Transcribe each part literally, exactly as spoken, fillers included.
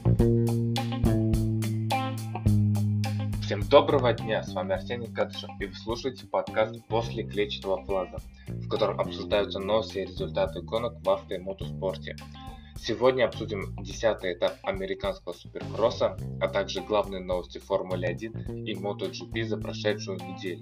Всем доброго дня, с вами Арсений Кадышев, и вы слушаете подкаст «После клетчатого плаза», в котором обсуждаются новости и результаты гонок в авто и мотоспорте. Сегодня обсудим десятый этап американского суперкросса, а также главные новости Формулы один и MotoGP за прошедшую неделю.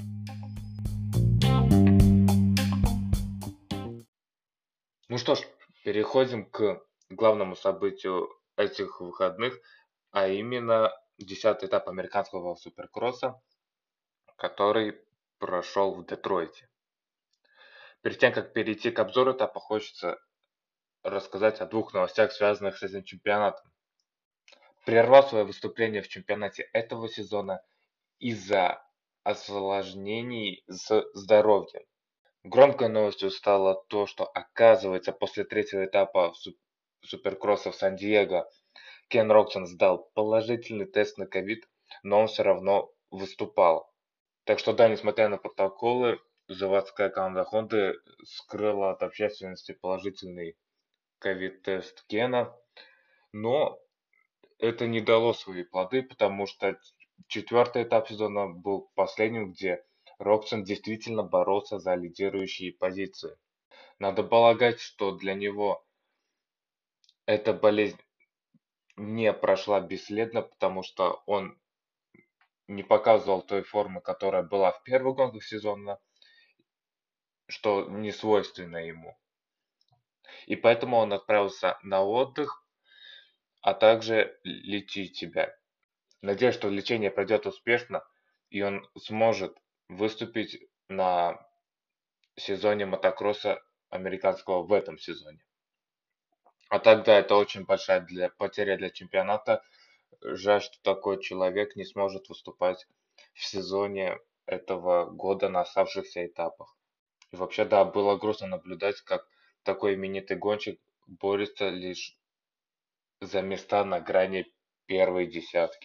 Ну что ж, переходим к главному событию этих выходных, а именно десятый этап американского суперкросса, который прошел в Детройте. Перед тем, как перейти к обзору этапа, хочется рассказать о двух новостях, связанных с этим чемпионатом. Прервал свое выступление в чемпионате этого сезона из-за осложнений с здоровьем. Громкой новостью стало то, что, оказывается, после третьего этапа суперкросса в Сан-Диего Кен Роксон сдал положительный тест на ковид, но он все равно выступал. Так что да, несмотря на протоколы, заводская команда Honda скрыла от общественности положительный ковид-тест Кена, но это не дало свои плоды, потому что четвертый этап сезона был последним, где Роксон действительно боролся за лидирующие позиции. Надо полагать, что для него эта болезнь не прошла бесследно, потому что он не показывал той формы, которая была в первых гонках сезона, что не свойственно ему. И поэтому он отправился на отдых, а также лечить себя. Надеюсь, что лечение пройдет успешно, и он сможет выступить на сезоне мотокросса американского в этом сезоне. А тогда это очень большая для, потеря для чемпионата. Жаль, что такой человек не сможет выступать в сезоне этого года на оставшихся этапах. И вообще, да, было грустно наблюдать, как такой именитый гонщик борется лишь за места на грани первой десятки.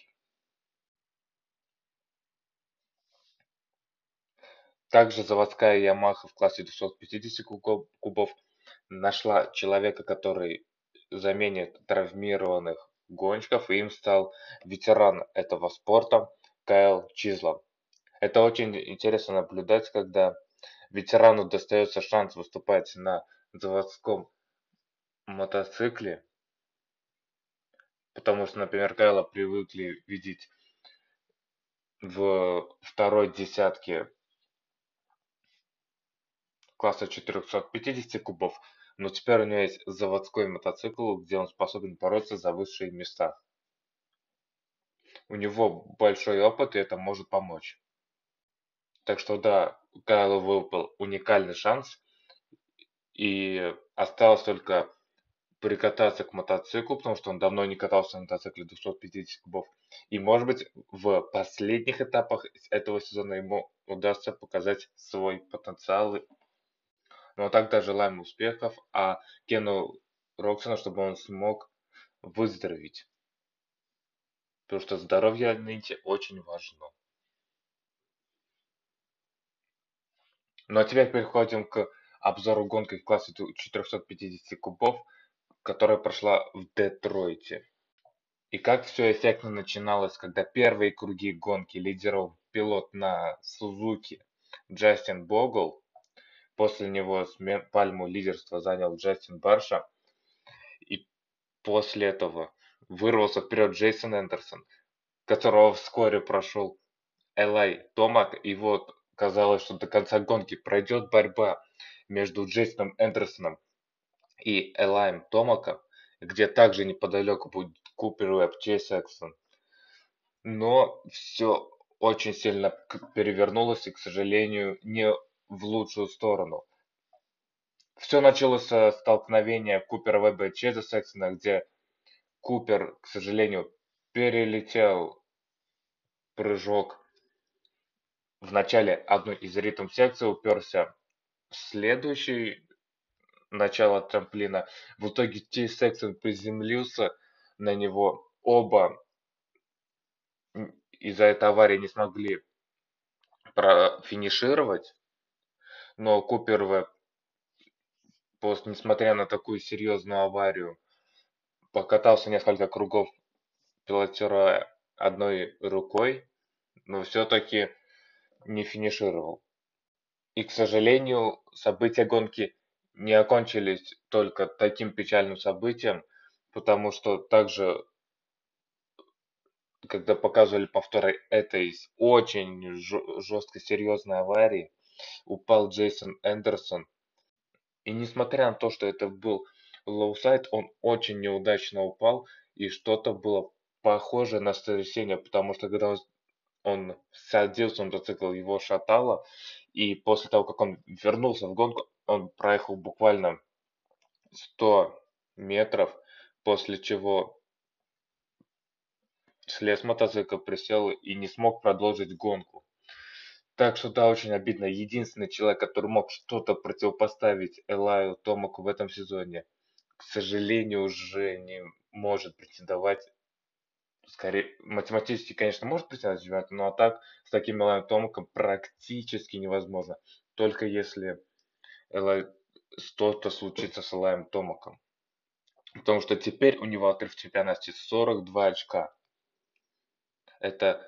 Также заводская Yamaha в классе двухсот пятидесяти кубов нашла человека, который заменит травмированных гонщиков, и им стал ветеран этого спорта Кайл Чизлом. Это очень интересно наблюдать, когда ветерану достается шанс выступать на заводском мотоцикле, потому что, например, Кайла привыкли видеть в второй десятке класса четырехсот пятидесяти кубов, но теперь у него есть заводской мотоцикл, где он способен бороться за высшие места. У него большой опыт, и это может помочь. Так что да, Кайлу выпал уникальный шанс, и осталось только прикататься к мотоциклу, потому что он давно не катался на мотоцикле двухсот пятидесяти кубов. И, может быть, в последних этапах этого сезона ему удастся показать свой потенциал. Но тогда желаем успехов, а Кену Роксону, чтобы он смог выздороветь. Потому что здоровье нынче очень важно. Ну а теперь переходим к обзору гонки в классе четырехсот пятидесяти кубов, которая прошла в Детройте. И как все эффектно начиналось, когда первые круги гонки лидировал пилот на Сузуки Джастин Богл. После него пальму лидерства занял Джастин Барша. И после этого вырвался вперед Джейсон Эндерсон, которого вскоре прошел Элай Томак. И вот казалось, что до конца гонки пройдет борьба между Джейсоном Эндерсоном и Элаем Томаком, где также неподалеку будет Купер Уэбб, Чейз Эксон. Но все очень сильно перевернулось и, к сожалению, не в лучшую сторону. Все началось со столкновения Купера Уэбба и Чейза Сексона, где Купер, к сожалению, перелетел прыжок в начале одной из ритм-секций, уперся в следующий начало трамплина. В итоге Чейз Сексон приземлился на него. Оба из-за этой аварии не смогли профинишировать, но Купер Уэбб, несмотря на такую серьезную аварию, покатался несколько кругов, пилотируя одной рукой, но все-таки не финишировал. И, к сожалению, события гонки не окончились только таким печальным событием, потому что также, когда показывали повторы этой очень жестко серьезной аварии, упал Джейсон Эндерсон. И несмотря на то, что это был лоусайд, он очень неудачно упал, и что-то было похоже на сотрясение, потому что когда он, он садился на мотоцикл, его шатало, и после того, как он вернулся в гонку, он проехал буквально сто метров, после чего слез с мотоцикла, присел и не смог продолжить гонку. Так что да, очень обидно. Единственный человек, который мог что-то противопоставить Элаю Томаку в этом сезоне, к сожалению, уже не может претендовать. Скорее, математически, конечно, может претендовать на чемпионат, но а так с таким Элаем Томаком практически невозможно. Только если Элай что-то случится с Элаем Томаком. Потому что теперь у него отрыв в чемпионате сорок два очка. Это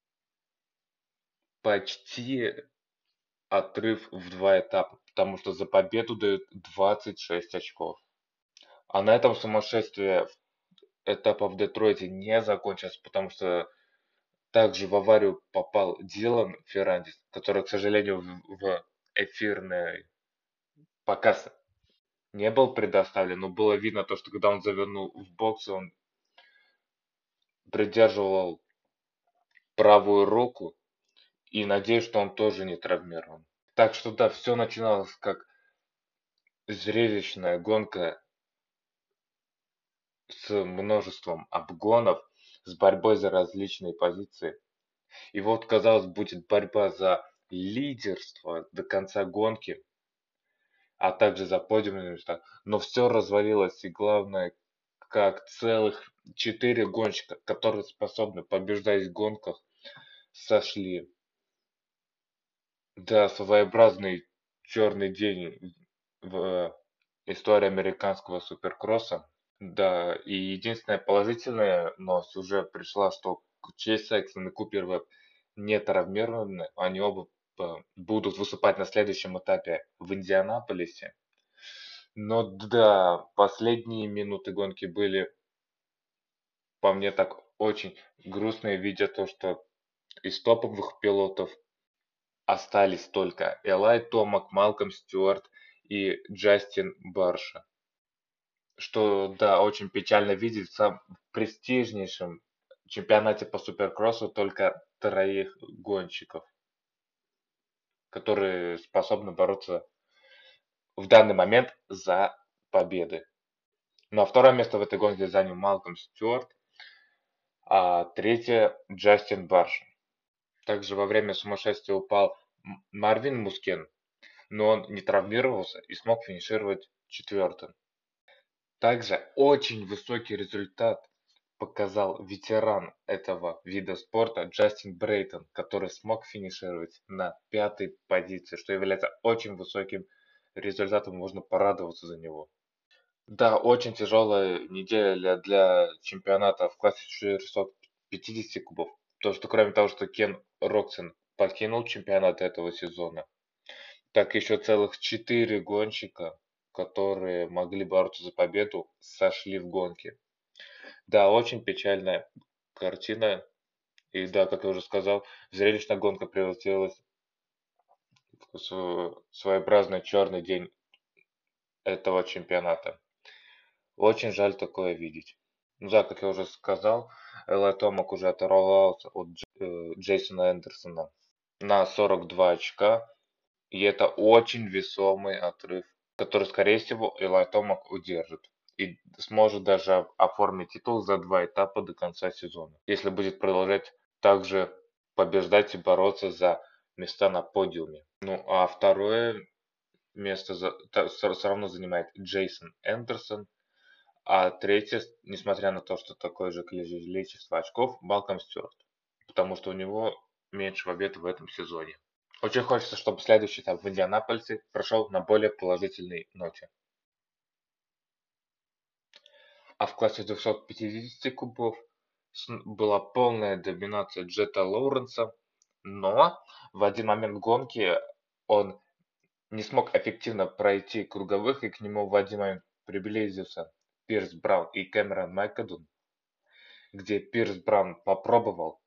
почти отрыв в два этапа, потому что за победу дают двадцать шесть очков. А на этом сумасшествие этапа в Детройте не закончилось, потому что также в аварию попал Дилан Феррандис, который, к сожалению, в, в эфирный показ не был предоставлен, но было видно то, что когда он завернул в бокс, он придерживал правую руку, и надеюсь, что он тоже не травмирован. Так что да, все начиналось как зрелищная гонка с множеством обгонов, с борьбой за различные позиции. И вот, казалось, будет борьба за лидерство до конца гонки, а также за подиумные места. Но все развалилось, и главное, как целых четыре гонщика, которые способны побеждать в гонках, сошли. Да, своеобразный черный день в истории американского суперкросса. Да, и единственная положительная новость уже пришла, что Чейз Сексон и Купер Веб не травмированы, они оба э, будут выступать на следующем этапе в Индианаполисе. Но да, последние минуты гонки были, по мне, так очень грустные, видя то, что из топовых пилотов остались только Элай Томак, Малком Стюарт и Джастин Барша. Что, да, очень печально видеть в самом престижнейшем чемпионате по суперкроссу только троих гонщиков, которые способны бороться в данный момент за победы. Ну а второе место в этой гонке занял Малком Стюарт, а третье Джастин Барш. Также во время сумасшествия упал М- Марвин Мускен, но он не травмировался и смог финишировать четвертым. Также очень высокий результат показал ветеран этого вида спорта Джастин Брейтон, который смог финишировать на пятой позиции, что является очень высоким результатом, можно порадоваться за него. Да, очень тяжелая неделя для чемпионата в классе четырехсот пятидесяти кубов. То, что кроме того, что Кен Роксен покинул чемпионат этого сезона, так еще целых четыре гонщика, которые могли бороться за победу, сошли в гонке. Да, очень печальная картина. И да, как я уже сказал, зрелищная гонка превратилась в св- своеобразный черный день этого чемпионата. Очень жаль такое видеть. Ну да, как я уже сказал, Элай Томак уже оторвался от Дж- э, Джейсона Эндерсона на сорок два очка. И это очень весомый отрыв, который, скорее всего, Элай Томак удержит. И сможет даже оформить титул за два этапа до конца сезона. Если будет продолжать также побеждать и бороться за места на подиуме. Ну а второе место за, та- все равно занимает Джейсон Эндерсон. А третье, несмотря на то, что такое же количество очков, Малком Стюарт. Потому что у него меньше побед в этом сезоне. Очень хочется, чтобы следующий этап в Индианаполисе прошел на более положительной ноте. а в классе двухсот пятидесяти кубов была полная доминация Джета Лоуренса, но в один момент гонки он не смог эффективно пройти круговых, и к нему в один момент приблизился Пирс Браун и Кэмерон Макэдон, где Пирс Браун попробовал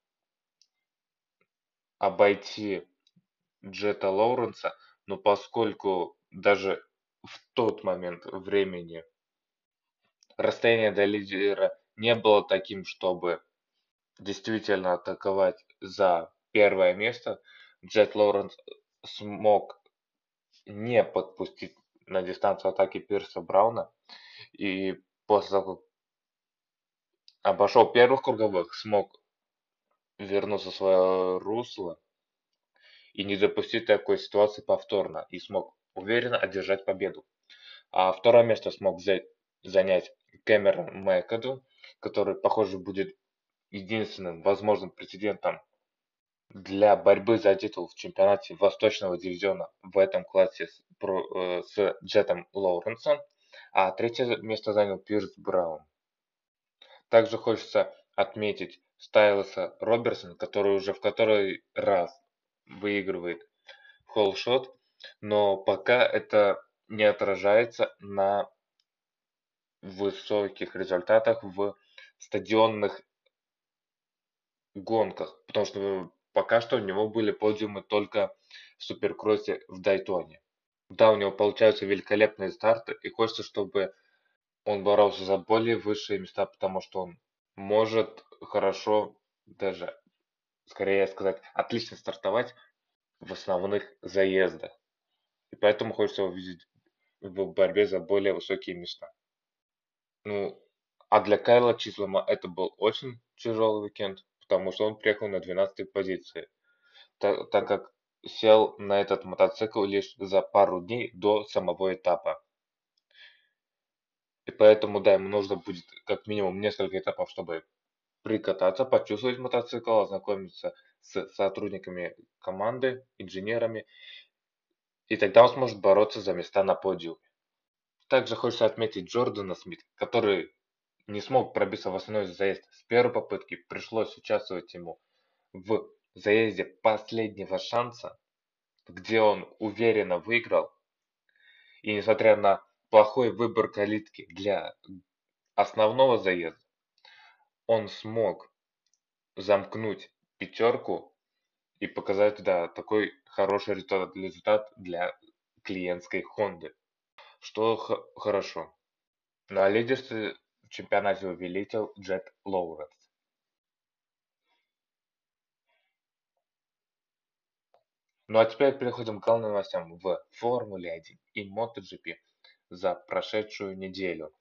обойти Джета Лоуренса, но поскольку даже в тот момент времени расстояние до лидера не было таким, чтобы действительно атаковать за первое место, Джет Лоуренс смог не подпустить на дистанцию атаки Пирса Брауна, и после того, как обошел первых круговых, смог вернуться в свое русло и не допустить такой ситуации повторно, и смог уверенно одержать победу. А второе место смог взять, занять Кэмерон Макэдон, который, похоже, будет единственным возможным претендентом для борьбы за титул в чемпионате Восточного дивизиона в этом классе с, про- э, с Джетом Лоуренсом, а третье место занял Пирс Браун. Также хочется отметить Стайлса Робертсона, который уже в который раз выигрывает холлшот, но пока это не отражается на высоких результатах в стадионных гонках, потому что пока что у него были подиумы только в суперкроссе в Дайтоне. Да, у него получаются великолепные старты, и хочется, чтобы он боролся за более высшие места, потому что он может хорошо, даже скорее сказать, отлично стартовать в основных заездах. И поэтому хочется увидеть в борьбе за более высокие места. Ну, а для Кайла Числома это был очень тяжелый уикенд, потому что он приехал на двенадцатой позиции, та- так как сел на этот мотоцикл лишь за пару дней до самого этапа. И поэтому, да, ему нужно будет как минимум несколько этапов, чтобы прикататься, почувствовать мотоцикл, ознакомиться с сотрудниками команды, инженерами, и тогда он сможет бороться за места на подиуме. Также хочется отметить Джордана Смит, который не смог пробиться в основной заезд с первой попытки, пришлось участвовать ему в заезде последнего шанса, где он уверенно выиграл, и несмотря на плохой выбор калитки для основного заезда, он смог замкнуть пятерку и показать, да, такой хороший результат, результат для клиентской Хонды, что х- хорошо. На лидерстве в чемпионате увеличил Джет Лоуренс. Ну а теперь переходим к главным новостям в Формуле один и MotoGP за прошедшую неделю,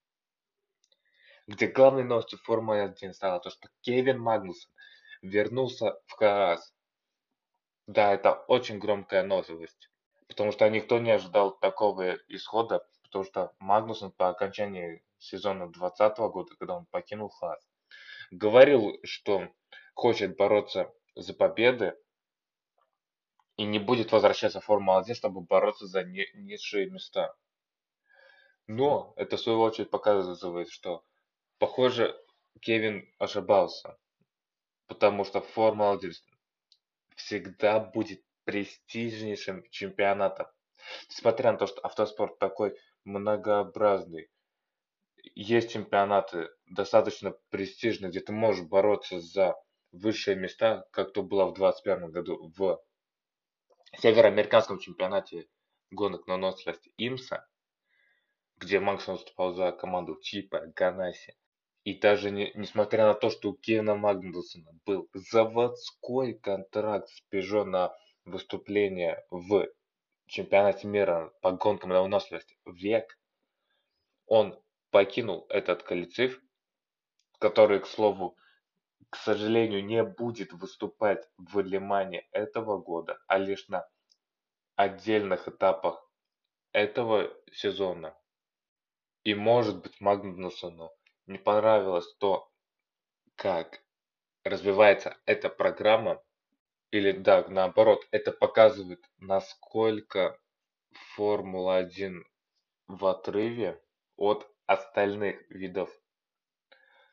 где главной новостью Формулы один стало то, что Кевин Магнусон вернулся в Хаас. Да, это очень громкая новость, потому что никто не ожидал такого исхода, потому что Магнусон по окончании сезона двадцатого года, когда он покинул Хаас, говорил, что хочет бороться за победы и не будет возвращаться в Формулу один, чтобы бороться за ни- низшие места. Но это в свою очередь показывает, что, похоже, Кевин ошибался, потому что Формула один всегда будет престижнейшим чемпионатом. Несмотря на то, что автоспорт такой многообразный, есть чемпионаты достаточно престижные, где ты можешь бороться за высшие места, как то было в двадцать первом году в североамериканском чемпионате гонок на выносливость ИМСА, где Макс выступал за команду Чипа Ганаси. И даже не, несмотря на то, что у Кевина Магнусона был заводской контракт с Peugeot на выступление в чемпионате мира по гонкам на выносливость век, он покинул этот коллектив, который, к слову, к сожалению, не будет выступать в Лимане этого года, а лишь на отдельных этапах этого сезона. И может быть Магнусону не понравилось то, как развивается эта программа, или да, наоборот, это показывает, насколько Формула один в отрыве от остальных видов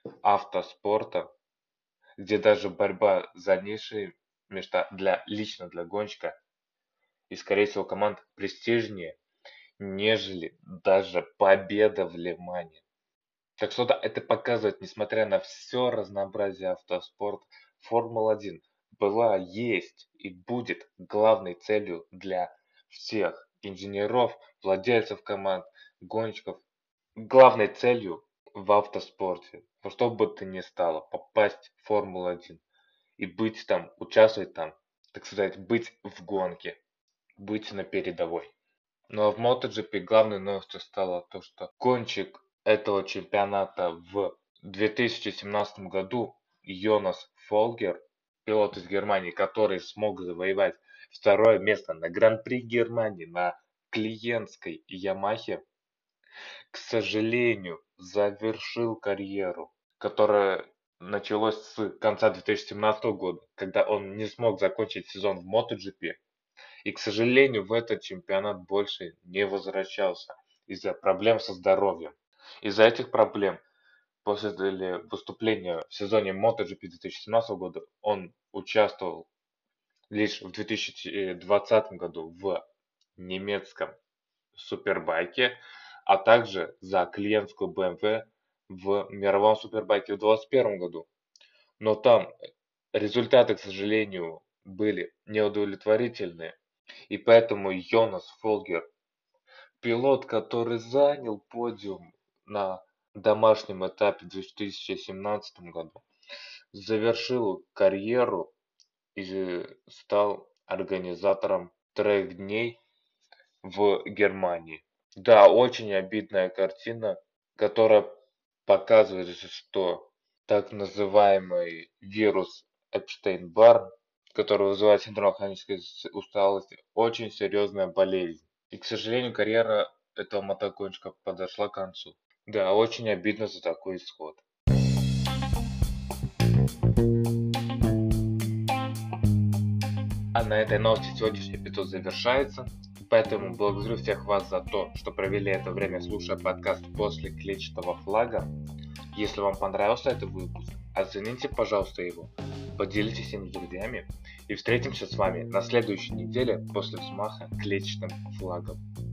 автоспорта, где даже борьба за низшие места для, лично для гонщика и, скорее всего, команд престижнее, нежели даже победа в Лимане. Так что да, это показывает, несмотря на все разнообразие автоспорта, Формула один была, есть и будет главной целью для всех инженеров, владельцев команд, гонщиков. Главной целью в автоспорте, во что бы то ни стало, попасть в Формулу один и быть там, участвовать там, так сказать, быть в гонке, быть на передовой. Ну а в MotoGP главной новостью стало то, что гонщик этого чемпионата в две тысячи семнадцатом году Йонас Фолгер, пилот из Германии, который смог завоевать второе место на Гран-при Германии на клиентской Ямахе, к сожалению, завершил карьеру, которая началась с конца две тысячи семнадцатого года, когда он не смог закончить сезон в MotoGP. И, к сожалению, в этот чемпионат больше не возвращался из-за проблем со здоровьем. Из-за этих проблем после выступления в сезоне MotoGP две тысячи семнадцатого года он участвовал лишь в две тысячи двадцатом году в немецком супербайке, а также за клиентскую бэ эм вэ в мировом супербайке в двадцать первом году. Но там результаты, к сожалению, были неудовлетворительные. И поэтому Йонас Фолгер, пилот, который занял подиум на домашнем этапе в две тысячи семнадцатом году, завершил карьеру и стал организатором трех дней в Германии. Да, очень обидная картина, которая показывает, что так называемый вирус Эпштейн-Барр, который вызывает синдром хронической усталости, очень серьезная болезнь. И, к сожалению, карьера этого мотогонщика подошла к концу. Да, очень обидно за такой исход. А на этой новости сегодняшний эпизод завершается. Поэтому благодарю всех вас за то, что провели это время, слушая подкаст «После клетчатого флага». Если вам понравился этот выпуск, оцените, пожалуйста, его, поделитесь им с друзьями и встретимся с вами на следующей неделе после взмаха клетчатым флагом.